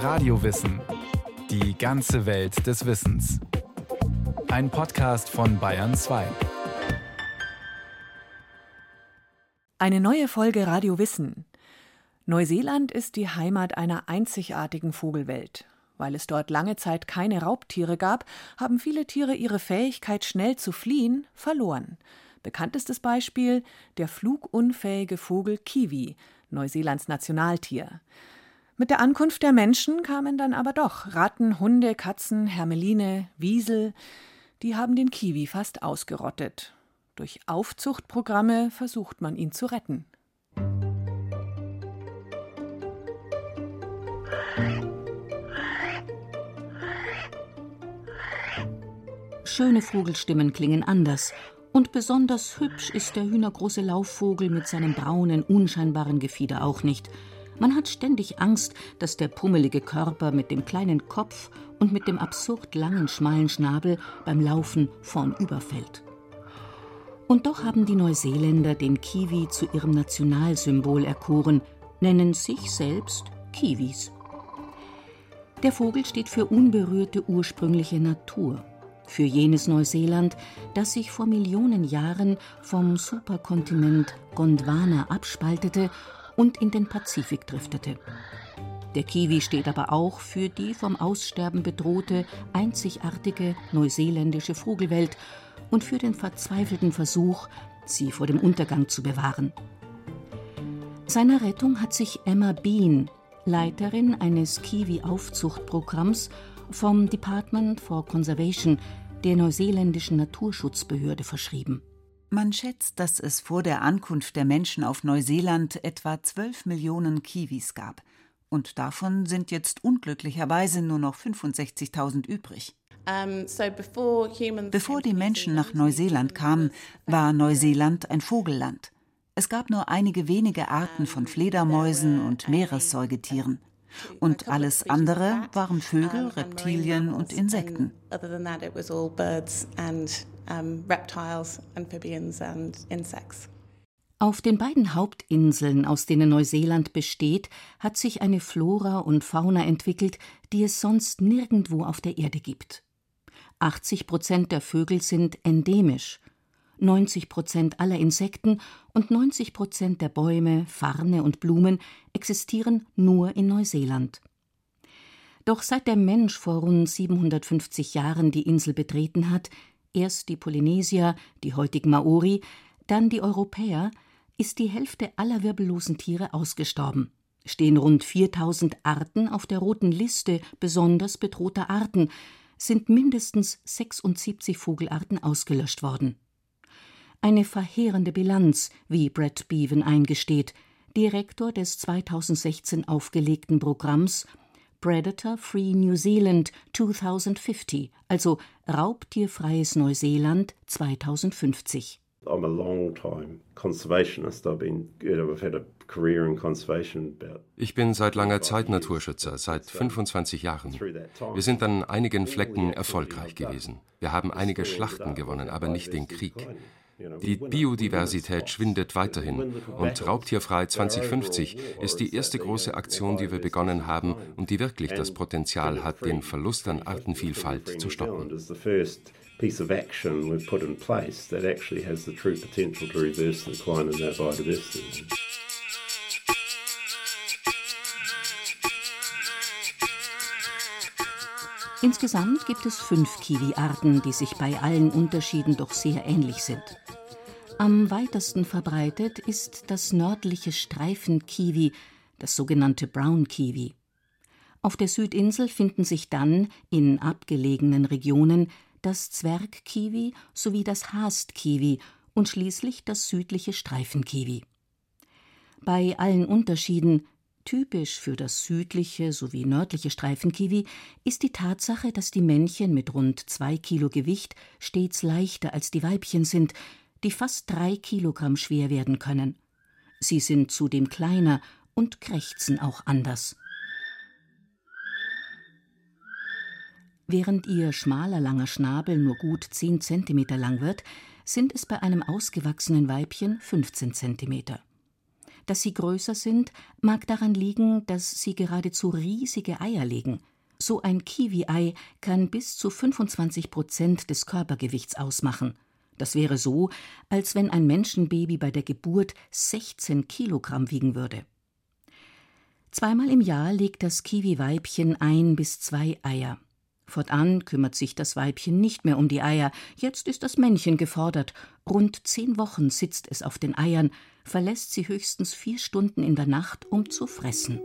Radiowissen. Die ganze Welt des Wissens. Ein Podcast von Bayern 2. Eine neue Folge Radio Wissen. Neuseeland ist die Heimat einer einzigartigen Vogelwelt. Weil es dort lange Zeit keine Raubtiere gab, haben viele Tiere ihre Fähigkeit, schnell zu fliehen, verloren. Bekanntestes Beispiel der flugunfähige Vogel Kiwi, Neuseelands Nationaltier. Mit der Ankunft der Menschen kamen dann aber doch Ratten, Hunde, Katzen, Hermeline, Wiesel. Die haben den Kiwi fast ausgerottet. Durch Aufzuchtprogramme versucht man ihn zu retten. Schöne Vogelstimmen klingen anders. Und besonders hübsch ist der hühnergroße Laufvogel mit seinem braunen, unscheinbaren Gefieder auch nicht. Man hat ständig Angst, dass der pummelige Körper mit dem kleinen Kopf und mit dem absurd langen, schmalen Schnabel beim Laufen vornüberfällt. Und doch haben die Neuseeländer den Kiwi zu ihrem Nationalsymbol erkoren, nennen sich selbst Kiwis. Der Vogel steht für unberührte ursprüngliche Natur. Für jenes Neuseeland, das sich vor Millionen Jahren vom Superkontinent Gondwana abspaltete und in den Pazifik driftete. Der Kiwi steht aber auch für die vom Aussterben bedrohte, einzigartige neuseeländische Vogelwelt und für den verzweifelten Versuch, sie vor dem Untergang zu bewahren. Seiner Rettung hat sich Emma Bean, Leiterin eines Kiwi-Aufzuchtprogramms, vom Department for Conservation der neuseeländischen Naturschutzbehörde verschrieben. Man schätzt, dass es vor der Ankunft der Menschen auf Neuseeland etwa 12 Millionen Kiwis gab. Und davon sind jetzt unglücklicherweise nur noch 65.000 übrig. Bevor die Menschen nach Neuseeland kamen, war Neuseeland ein Vogelland. Es gab nur einige wenige Arten von Fledermäusen und Meeressäugetieren. Und alles andere waren Vögel, Reptilien und Insekten. Auf den beiden Hauptinseln, aus denen Neuseeland besteht, hat sich eine Flora und Fauna entwickelt, die es sonst nirgendwo auf der Erde gibt. 80% der Vögel sind endemisch. 90% aller Insekten und 90% der Bäume, Farne und Blumen existieren nur in Neuseeland. Doch seit der Mensch vor rund 750 Jahren die Insel betreten hat, erst die Polynesier, die heutigen Maori, dann die Europäer, ist die Hälfte aller wirbellosen Tiere ausgestorben. Stehen rund 4000 Arten auf der roten Liste besonders bedrohter Arten, sind mindestens 76 Vogelarten ausgelöscht worden. Eine verheerende Bilanz, wie Brett Bevan eingesteht, Direktor des 2016 aufgelegten Programms Predator Free New Zealand 2050, also Raubtierfreies Neuseeland 2050. I'm a long-time conservationist. I've had a career in conservation. Ich bin seit langer Zeit Naturschützer, seit 25 Jahren. Wir sind an einigen Flecken erfolgreich gewesen. Wir haben einige Schlachten gewonnen, aber nicht den Krieg. Die Biodiversität schwindet weiterhin und Raubtierfrei 2050 ist die erste große Aktion, die wir begonnen haben und die wirklich das Potenzial hat, den Verlust an Artenvielfalt zu stoppen. Piece of action we've put in place that actually has the true potential to reverse the decline in that biodiversity. Insgesamt gibt es 5 Kiwi-Arten, die sich bei allen Unterschieden doch sehr ähnlich sind. Am weitesten verbreitet ist das nördliche Streifen-Kiwi, das sogenannte Brown Kiwi. Auf der Südinsel finden sich dann in abgelegenen Regionen das Zwergkiwi sowie das Haast-Kiwi und schließlich das südliche Streifenkiwi. Bei allen Unterschieden, typisch für das südliche sowie nördliche Streifenkiwi, ist die Tatsache, dass die Männchen mit rund 2 Kilo Gewicht stets leichter als die Weibchen sind, die fast 3 Kilogramm schwer werden können. Sie sind zudem kleiner und krächzen auch anders. Während ihr schmaler, langer Schnabel nur gut 10 Zentimeter lang wird, sind es bei einem ausgewachsenen Weibchen 15 Zentimeter. Dass sie größer sind, mag daran liegen, dass sie geradezu riesige Eier legen. So ein Kiwi-Ei kann bis zu 25% des Körpergewichts ausmachen. Das wäre so, als wenn ein Menschenbaby bei der Geburt 16 Kilogramm wiegen würde. Zweimal im Jahr legt das Kiwi-Weibchen 1 bis 2 Eier. Fortan kümmert sich das Weibchen nicht mehr um die Eier. Jetzt ist das Männchen gefordert. Rund 10 Wochen sitzt es auf den Eiern, verlässt sie höchstens 4 Stunden in der Nacht, um zu fressen.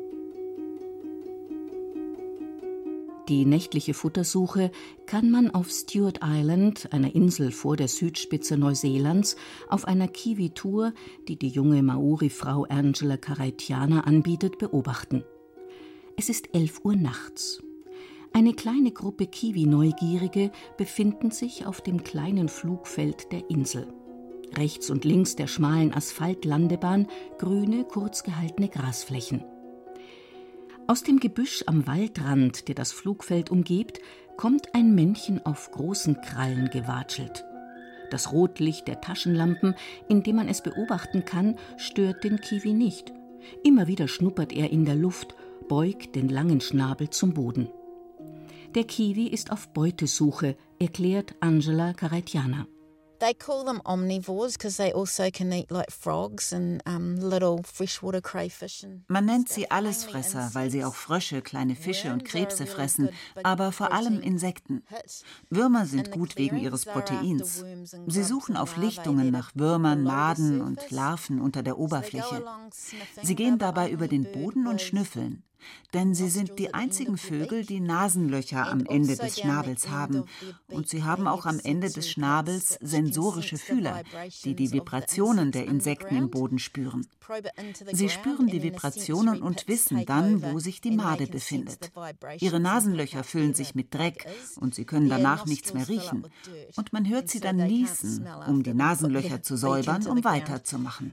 Die nächtliche Futtersuche kann man auf Stewart Island, einer Insel vor der Südspitze Neuseelands, auf einer Kiwi-Tour, die die junge Maori-Frau Angela Karaitiana anbietet, beobachten. Es ist 11 Uhr nachts. Eine kleine Gruppe Kiwi-Neugierige befinden sich auf dem kleinen Flugfeld der Insel. Rechts und links der schmalen Asphaltlandebahn grüne, kurz gehaltene Grasflächen. Aus dem Gebüsch am Waldrand, der das Flugfeld umgibt, kommt ein Männchen auf großen Krallen gewatschelt. Das Rotlicht der Taschenlampen, in dem man es beobachten kann, stört den Kiwi nicht. Immer wieder schnuppert er in der Luft, beugt den langen Schnabel zum Boden. Der Kiwi ist auf Beutesuche, erklärt Angela Karaitiana. They call them omnivores because they also can eat like frogs and little freshwater crayfish. Man nennt sie Allesfresser, weil sie auch Frösche, kleine Fische und Krebse fressen, aber vor allem Insekten. Würmer sind gut wegen ihres Proteins. Sie suchen auf Lichtungen nach Würmern, Maden und Larven unter der Oberfläche. Sie gehen dabei über den Boden und schnüffeln. Denn sie sind die einzigen Vögel, die Nasenlöcher am Ende des Schnabels haben. Und sie haben auch am Ende des Schnabels sensorische Fühler, die die Vibrationen der Insekten im Boden spüren. Sie spüren die Vibrationen und wissen dann, wo sich die Made befindet. Ihre Nasenlöcher füllen sich mit Dreck und sie können danach nichts mehr riechen. Und man hört sie dann niesen, um die Nasenlöcher zu säubern, um weiterzumachen.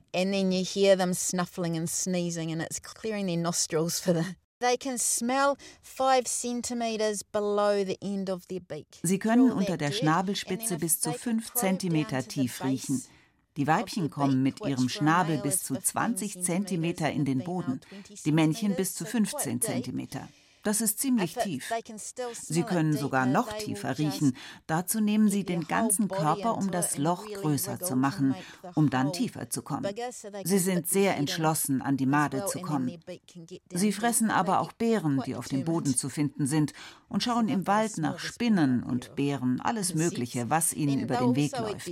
They can smell 5 centimeters below the end of their beak. Sie können unter der Schnabelspitze bis zu 5 Zentimeter tief riechen. Die Weibchen kommen mit ihrem Schnabel bis zu 20 Zentimeter in den Boden, die Männchen bis zu 15 Zentimeter. Das ist ziemlich tief. Sie können sogar noch tiefer riechen. Dazu nehmen sie den ganzen Körper, um das Loch größer zu machen, um dann tiefer zu kommen. Sie sind sehr entschlossen, an die Made zu kommen. Sie fressen aber auch Beeren, die auf dem Boden zu finden sind, und schauen im Wald nach Spinnen und Beeren, alles Mögliche, was ihnen über den Weg läuft.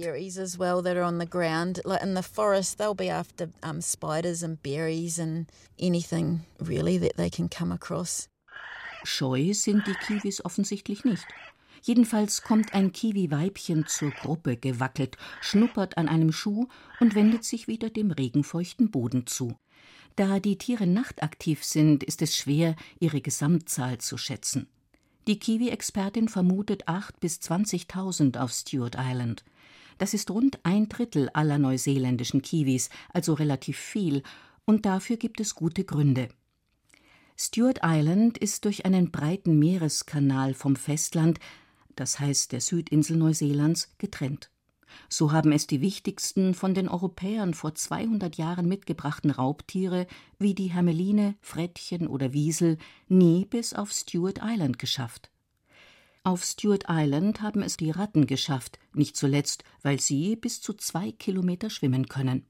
Scheu sind die Kiwis offensichtlich nicht. Jedenfalls kommt ein Kiwi-Weibchen zur Gruppe gewackelt, schnuppert an einem Schuh und wendet sich wieder dem regenfeuchten Boden zu. Da die Tiere nachtaktiv sind, ist es schwer, ihre Gesamtzahl zu schätzen. Die Kiwi-Expertin vermutet 8.000 bis 20.000 auf Stewart Island. Das ist rund 1/3 aller neuseeländischen Kiwis, also relativ viel, und dafür gibt es gute Gründe. Stewart Island ist durch einen breiten Meereskanal vom Festland, das heißt der Südinsel Neuseelands, getrennt. So haben es die wichtigsten von den Europäern vor 200 Jahren mitgebrachten Raubtiere wie die Hermeline, Frettchen oder Wiesel nie bis auf Stewart Island geschafft. Auf Stewart Island haben es die Ratten geschafft, nicht zuletzt, weil sie bis zu 2 Kilometer schwimmen können.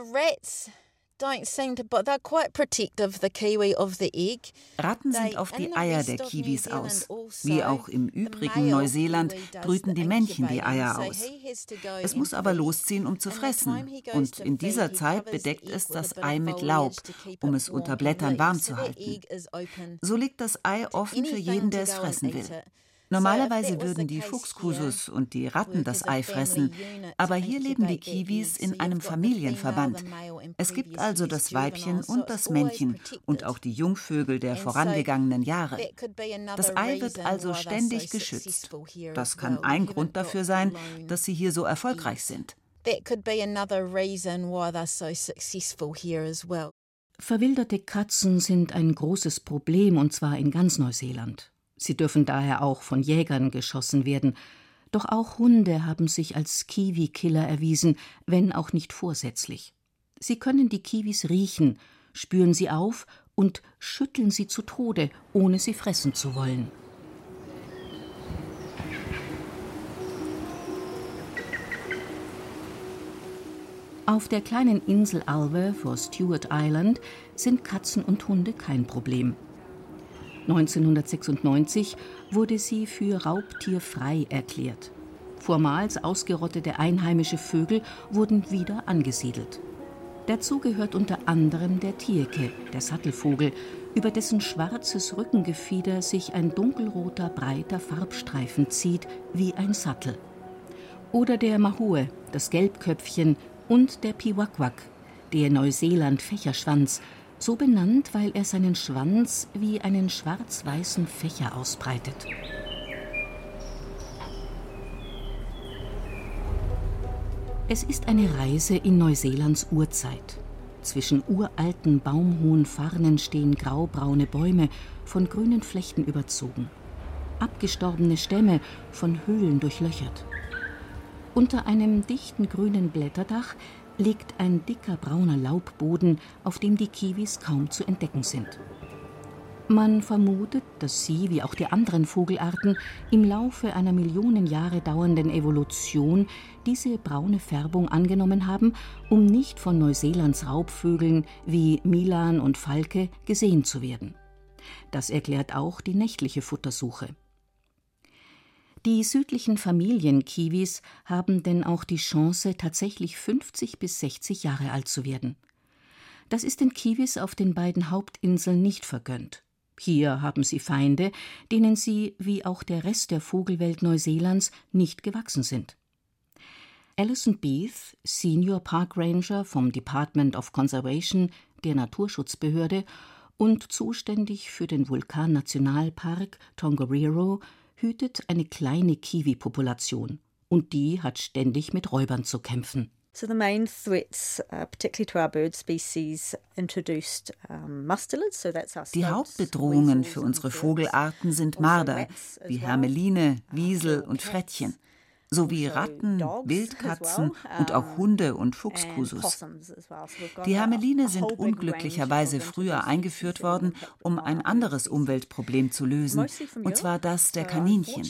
Ratten sind auf die Eier der Kiwis aus. Wie auch im übrigen Neuseeland brüten die Männchen die Eier aus. Es muss aber losziehen, um zu fressen. Und in dieser Zeit bedeckt es das Ei mit Laub, um es unter Blättern warm zu halten. So liegt das Ei offen für jeden, der es fressen will. Normalerweise würden die Fuchskusus und die Ratten das Ei fressen, aber hier leben die Kiwis in einem Familienverband. Es gibt also das Weibchen und das Männchen und auch die Jungvögel der vorangegangenen Jahre. Das Ei wird also ständig geschützt. Das kann ein Grund dafür sein, dass sie hier so erfolgreich sind. Verwilderte Katzen sind ein großes Problem, und zwar in ganz Neuseeland. Sie dürfen daher auch von Jägern geschossen werden. Doch auch Hunde haben sich als Kiwi-Killer erwiesen, wenn auch nicht vorsätzlich. Sie können die Kiwis riechen, spüren sie auf und schütteln sie zu Tode, ohne sie fressen zu wollen. Auf der kleinen Insel Alva vor Stewart Island sind Katzen und Hunde kein Problem. 1996 wurde sie für raubtierfrei erklärt. Vormals ausgerottete einheimische Vögel wurden wieder angesiedelt. Dazu gehört unter anderem der Tieke, der Sattelvogel, über dessen schwarzes Rückengefieder sich ein dunkelroter, breiter Farbstreifen zieht, wie ein Sattel. Oder der Mahue, das Gelbköpfchen, und der Piwakwak, der Neuseeland-Fächerschwanz, so benannt, weil er seinen Schwanz wie einen schwarz-weißen Fächer ausbreitet. Es ist eine Reise in Neuseelands Urzeit. Zwischen uralten, baumhohen Farnen stehen graubraune Bäume, von grünen Flechten überzogen. Abgestorbene Stämme, von Höhlen durchlöchert. Unter einem dichten grünen Blätterdach liegt ein dicker brauner Laubboden, auf dem die Kiwis kaum zu entdecken sind. Man vermutet, dass sie, wie auch die anderen Vogelarten, im Laufe einer Millionen Jahre dauernden Evolution diese braune Färbung angenommen haben, um nicht von Neuseelands Raubvögeln wie Milan und Falke gesehen zu werden. Das erklärt auch die nächtliche Futtersuche. Die südlichen Familienkiwis haben denn auch die Chance, tatsächlich 50 bis 60 Jahre alt zu werden. Das ist den Kiwis auf den beiden Hauptinseln nicht vergönnt. Hier haben sie Feinde, denen sie, wie auch der Rest der Vogelwelt Neuseelands, nicht gewachsen sind. Alison Beath, Senior Park Ranger vom Department of Conservation, der Naturschutzbehörde, und zuständig für den Vulkan-Nationalpark Tongariro, hütet eine kleine Kiwi-Population, und die hat ständig mit Räubern zu kämpfen. So the main threats, particularly to our bird species, introduced mustelids, so that's our Die Hauptbedrohungen für unsere Vogelarten sind Marder, wie Hermeline, Wiesel und Frettchen, sowie Ratten, Wildkatzen und auch Hunde und Fuchskusus. Die Hermeline sind unglücklicherweise früher eingeführt worden, um ein anderes Umweltproblem zu lösen, und zwar das der Kaninchen.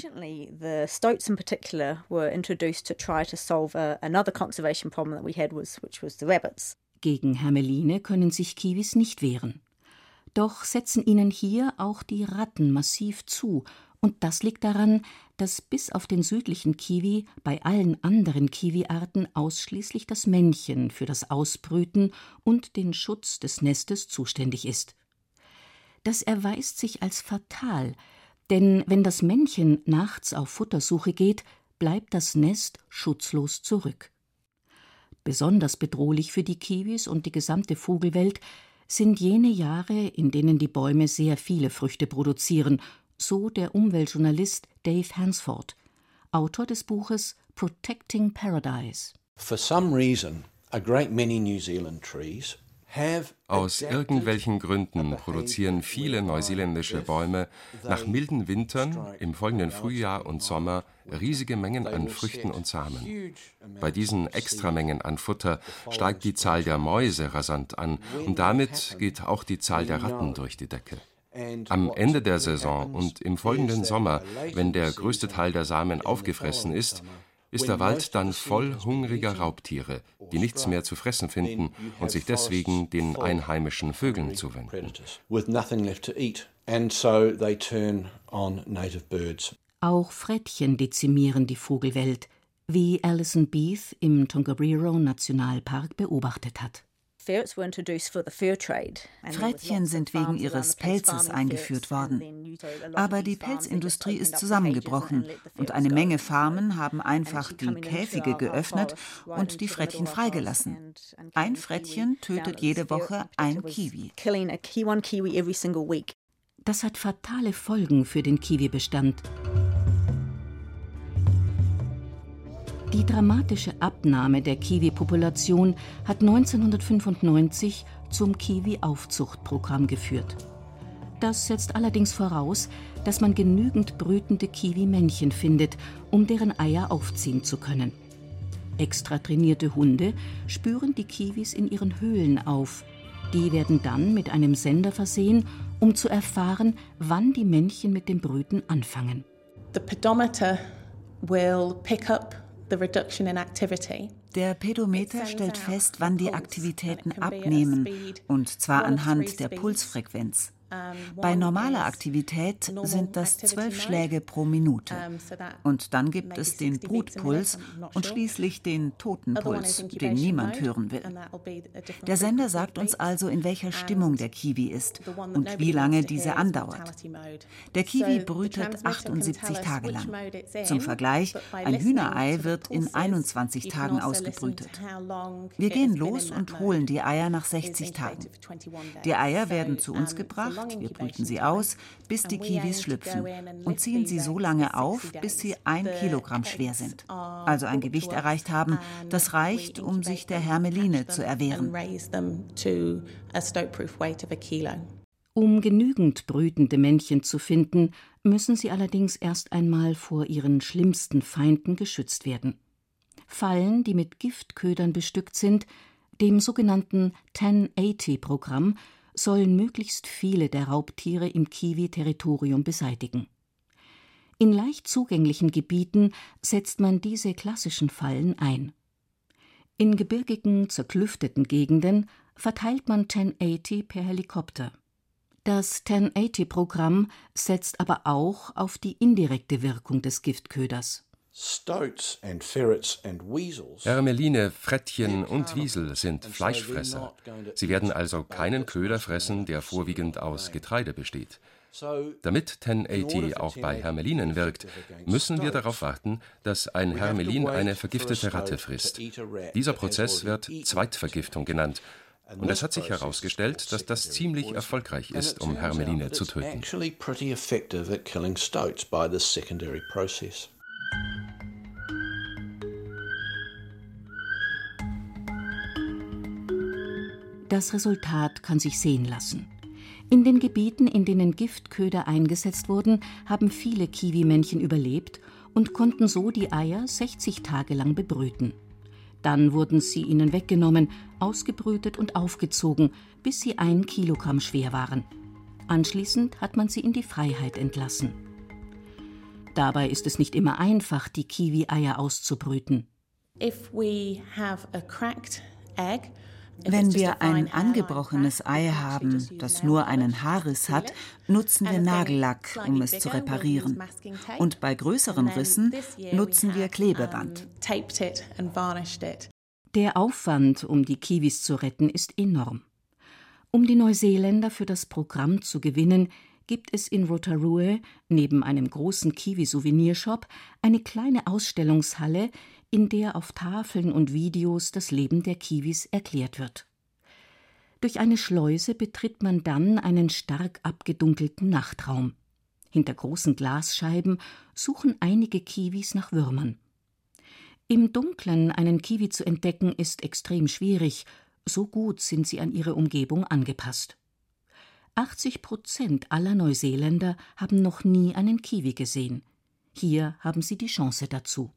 Gegen Hermeline können sich Kiwis nicht wehren. Doch setzen ihnen hier auch die Ratten massiv zu. Und das liegt daran, dass bis auf den südlichen Kiwi bei allen anderen Kiwiarten ausschließlich das Männchen für das Ausbrüten und den Schutz des Nestes zuständig ist. Das erweist sich als fatal, denn wenn das Männchen nachts auf Futtersuche geht, bleibt das Nest schutzlos zurück. Besonders bedrohlich für die Kiwis und die gesamte Vogelwelt sind jene Jahre, in denen die Bäume sehr viele Früchte produzieren, so der Umweltjournalist Dave Hansford, Autor des Buches Protecting Paradise. For some reason, a great many New Zealand trees Aus irgendwelchen Gründen produzieren viele neuseeländische Bäume nach milden Wintern im folgenden Frühjahr und Sommer riesige Mengen an Früchten und Samen. Bei diesen Extramengen an Futter steigt die Zahl der Mäuse rasant an und damit geht auch die Zahl der Ratten durch die Decke. Am Ende der Saison und im folgenden Sommer, wenn der größte Teil der Samen aufgefressen ist der Wald dann voll hungriger Raubtiere, die nichts mehr zu fressen finden und sich deswegen den einheimischen Vögeln zuwenden. Auch Frettchen dezimieren die Vogelwelt, wie Alison Beath im Tongariro Nationalpark beobachtet hat. Frettchen sind wegen ihres Pelzes eingeführt worden. Aber die Pelzindustrie ist zusammengebrochen und eine Menge Farmen haben einfach die Käfige geöffnet und die Frettchen freigelassen. Ein Frettchen tötet jede Woche ein Kiwi. Das hat fatale Folgen für den Kiwi-Bestand. Die dramatische Abnahme der Kiwi-Population hat 1995 zum Kiwi-Aufzuchtprogramm geführt. Das setzt allerdings voraus, dass man genügend brütende Kiwi-Männchen findet, um deren Eier aufziehen zu können. Extra trainierte Hunde spüren die Kiwis in ihren Höhlen auf. Die werden dann mit einem Sender versehen, um zu erfahren, wann die Männchen mit dem Brüten anfangen. The pedometer will pick up the reduction in activity. Der Pedometer stellt fest, wann die Aktivitäten abnehmen, und zwar anhand der Pulsfrequenz. Bei normaler Aktivität sind das 12 Schläge pro Minute. Und dann gibt es den Brutpuls und schließlich den Totenpuls, den niemand hören will. Der Sender sagt uns also, in welcher Stimmung der Kiwi ist und wie lange diese andauert. Der Kiwi brütet 78 Tage lang. Zum Vergleich, ein Hühnerei wird in 21 Tagen ausgebrütet. Wir gehen los und holen die Eier nach 60 Tagen. Die Eier werden zu uns gebracht. Wir brüten sie aus, bis die Kiwis schlüpfen und ziehen sie so lange auf, bis sie 1 Kilogramm schwer sind. Also ein Gewicht erreicht haben, das reicht, um sich der Hermeline zu erwehren. Um genügend brütende Männchen zu finden, müssen sie allerdings erst einmal vor ihren schlimmsten Feinden geschützt werden. Fallen, die mit Giftködern bestückt sind, dem sogenannten 1080-Programm, sollen möglichst viele der Raubtiere im Kiwi-Territorium beseitigen. In leicht zugänglichen Gebieten setzt man diese klassischen Fallen ein. In gebirgigen, zerklüfteten Gegenden verteilt man 1080 per Helikopter. Das 1080-Programm setzt aber auch auf die indirekte Wirkung des Giftköders. Hermeline, Frettchen und Wiesel sind Fleischfresser. Sie werden also keinen Köder fressen, der vorwiegend aus Getreide besteht. Damit 1080 auch bei Hermelinen wirkt, müssen wir darauf warten, dass ein Hermelin eine vergiftete Ratte frisst. Dieser Prozess wird Zweitvergiftung genannt. Und es hat sich herausgestellt, dass das ziemlich erfolgreich ist, um Hermeline zu töten. Das Resultat kann sich sehen lassen. In den Gebieten, in denen Giftköder eingesetzt wurden, haben viele Kiwi-Männchen überlebt und konnten so die Eier 60 Tage lang bebrüten. Dann wurden sie ihnen weggenommen, ausgebrütet und aufgezogen, bis sie 1 Kilogramm schwer waren. Anschließend hat man sie in die Freiheit entlassen. Dabei ist es nicht immer einfach, die Kiwi-Eier auszubrüten. Wenn wir ein angebrochenes Ei haben, das nur einen Haarriss hat, nutzen wir Nagellack, um es zu reparieren. Und bei größeren Rissen nutzen wir Klebeband. Der Aufwand, um die Kiwis zu retten, ist enorm. Um die Neuseeländer für das Programm zu gewinnen, gibt es in Rotorua neben einem großen Kiwi-Souvenirshop eine kleine Ausstellungshalle, in der auf Tafeln und Videos das Leben der Kiwis erklärt wird. Durch eine Schleuse betritt man dann einen stark abgedunkelten Nachtraum. Hinter großen Glasscheiben suchen einige Kiwis nach Würmern. Im Dunkeln einen Kiwi zu entdecken, ist extrem schwierig, so gut sind sie an ihre Umgebung angepasst. 80% aller Neuseeländer haben noch nie einen Kiwi gesehen. Hier haben sie die Chance dazu.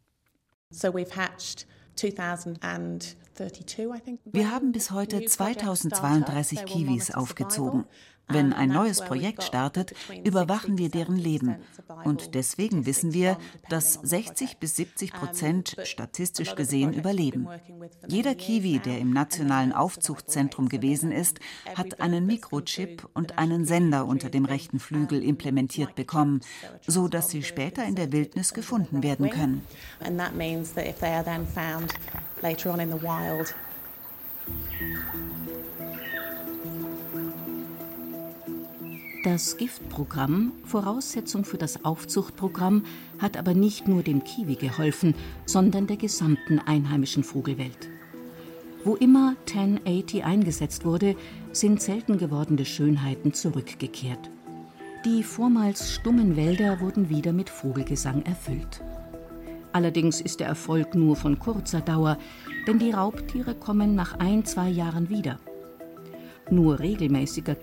Wir haben bis heute 2032 Kiwis aufgezogen. Wenn ein neues Projekt startet, überwachen wir deren Leben. Und deswegen wissen wir, dass 60-70% statistisch gesehen überleben. Jeder Kiwi, der im Nationalen Aufzuchtzentrum gewesen ist, hat einen Mikrochip und einen Sender unter dem rechten Flügel implementiert bekommen, so dass sie später in der Wildnis gefunden werden können. Das Giftprogramm, Voraussetzung für das Aufzuchtprogramm, hat aber nicht nur dem Kiwi geholfen, sondern der gesamten einheimischen Vogelwelt. Wo immer 1080 eingesetzt wurde, sind selten gewordene Schönheiten zurückgekehrt. Die vormals stummen Wälder wurden wieder mit Vogelgesang erfüllt. Allerdings ist der Erfolg nur von kurzer Dauer, denn die Raubtiere kommen nach 1-2 Jahren wieder. Nur regelmäßiger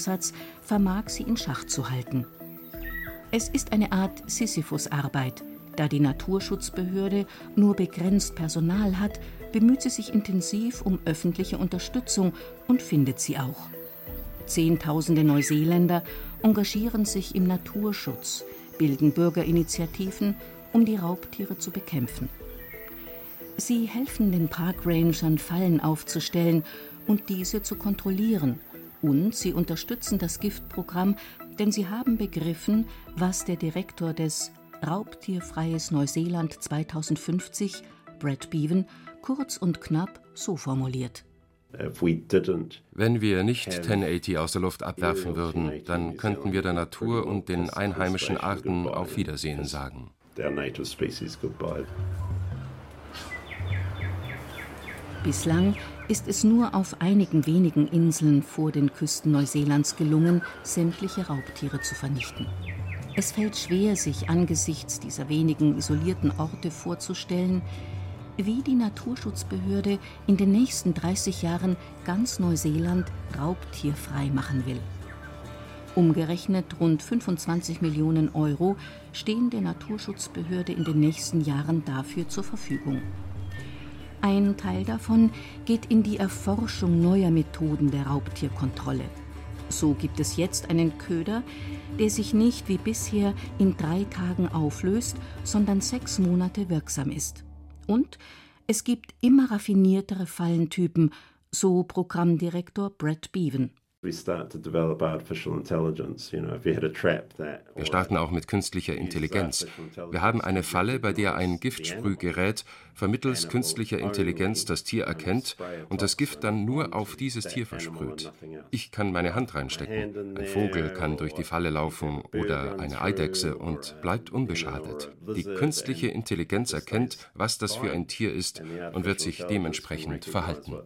Giftködereinsatz vermag sie in Schach zu halten. Es ist eine Art Sisyphus-Arbeit, Da die Naturschutzbehörde nur begrenzt Personal hat, bemüht sie sich intensiv um öffentliche Unterstützung und findet sie auch. Zehntausende Neuseeländer engagieren sich im Naturschutz, bilden Bürgerinitiativen, um die Raubtiere zu bekämpfen. Sie helfen den Parkrangern, Fallen aufzustellen und diese zu kontrollieren. Und sie unterstützen das Giftprogramm, denn sie haben begriffen, was der Direktor des Raubtierfreies Neuseeland 2050, Brad Bevan, kurz und knapp so formuliert. Wenn wir nicht 1080 aus der Luft abwerfen würden, dann könnten wir der Natur und den einheimischen Arten auf Wiedersehen sagen. Bislang ist es nur auf einigen wenigen Inseln vor den Küsten Neuseelands gelungen, sämtliche Raubtiere zu vernichten. Es fällt schwer, sich angesichts dieser wenigen isolierten Orte vorzustellen, wie die Naturschutzbehörde in den nächsten 30 Jahren ganz Neuseeland raubtierfrei machen will. Umgerechnet rund 25 Millionen Euro stehen der Naturschutzbehörde in den nächsten Jahren dafür zur Verfügung. Ein Teil davon geht in die Erforschung neuer Methoden der Raubtierkontrolle. So gibt es jetzt einen Köder, der sich nicht wie bisher in 3 Tagen auflöst, sondern 6 Monate wirksam ist. Und es gibt immer raffiniertere Fallentypen, so Programmdirektor Brad Bevan. Wir starten auch mit künstlicher Intelligenz. Wir haben eine Falle, bei der ein Giftsprühgerät vermittels künstlicher Intelligenz das Tier erkennt und das Gift dann nur auf dieses Tier versprüht. Ich kann meine Hand reinstecken. Ein Vogel kann durch die Falle laufen oder eine Eidechse und bleibt unbeschadet. Die künstliche Intelligenz erkennt, was das für ein Tier ist und wird sich dementsprechend verhalten.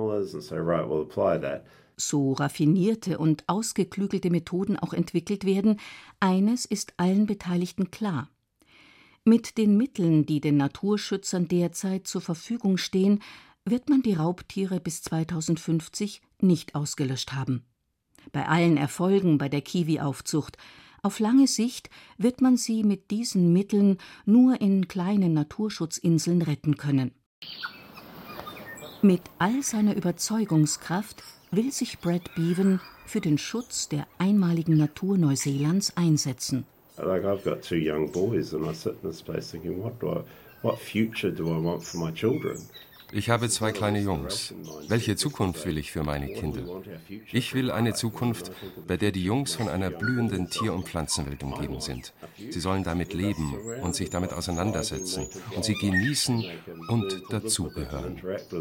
So raffinierte und ausgeklügelte Methoden auch entwickelt werden, eines ist allen Beteiligten klar. Mit den Mitteln, die den Naturschützern derzeit zur Verfügung stehen, wird man die Raubtiere bis 2050 nicht ausgelöscht haben. Bei allen Erfolgen bei der Kiwi-Aufzucht, auf lange Sicht wird man sie mit diesen Mitteln nur in kleinen Naturschutzinseln retten können. Mit all seiner Überzeugungskraft will sich Brad Bevan für den Schutz der einmaligen Natur Neuseelands einsetzen. I've got 2 young boys and I sit in this place thinking, what future do I want for my children? Ich habe 2 kleine Jungs. Welche Zukunft will ich für meine Kinder? Ich will eine Zukunft, bei der die Jungs von einer blühenden Tier- und Pflanzenwelt umgeben sind. Sie sollen damit leben und sich damit auseinandersetzen und sie genießen und dazugehören.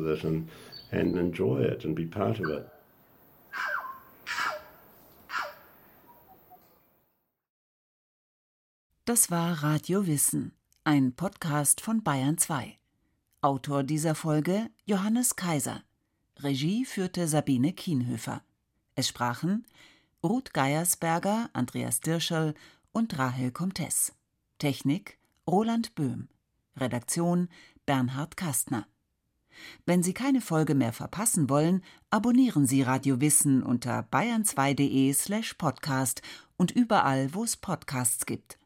Das war Radio Wissen, ein Podcast von Bayern 2. Autor dieser Folge Johannes Kaiser. Regie führte Sabine Kienhöfer. Es sprachen Ruth Geiersberger, Andreas Dirschel und Rahel Comtes. Technik Roland Böhm. Redaktion Bernhard Kastner. Wenn Sie keine Folge mehr verpassen wollen, abonnieren Sie Radio Wissen unter bayern2.de/podcast und überall, wo es Podcasts gibt.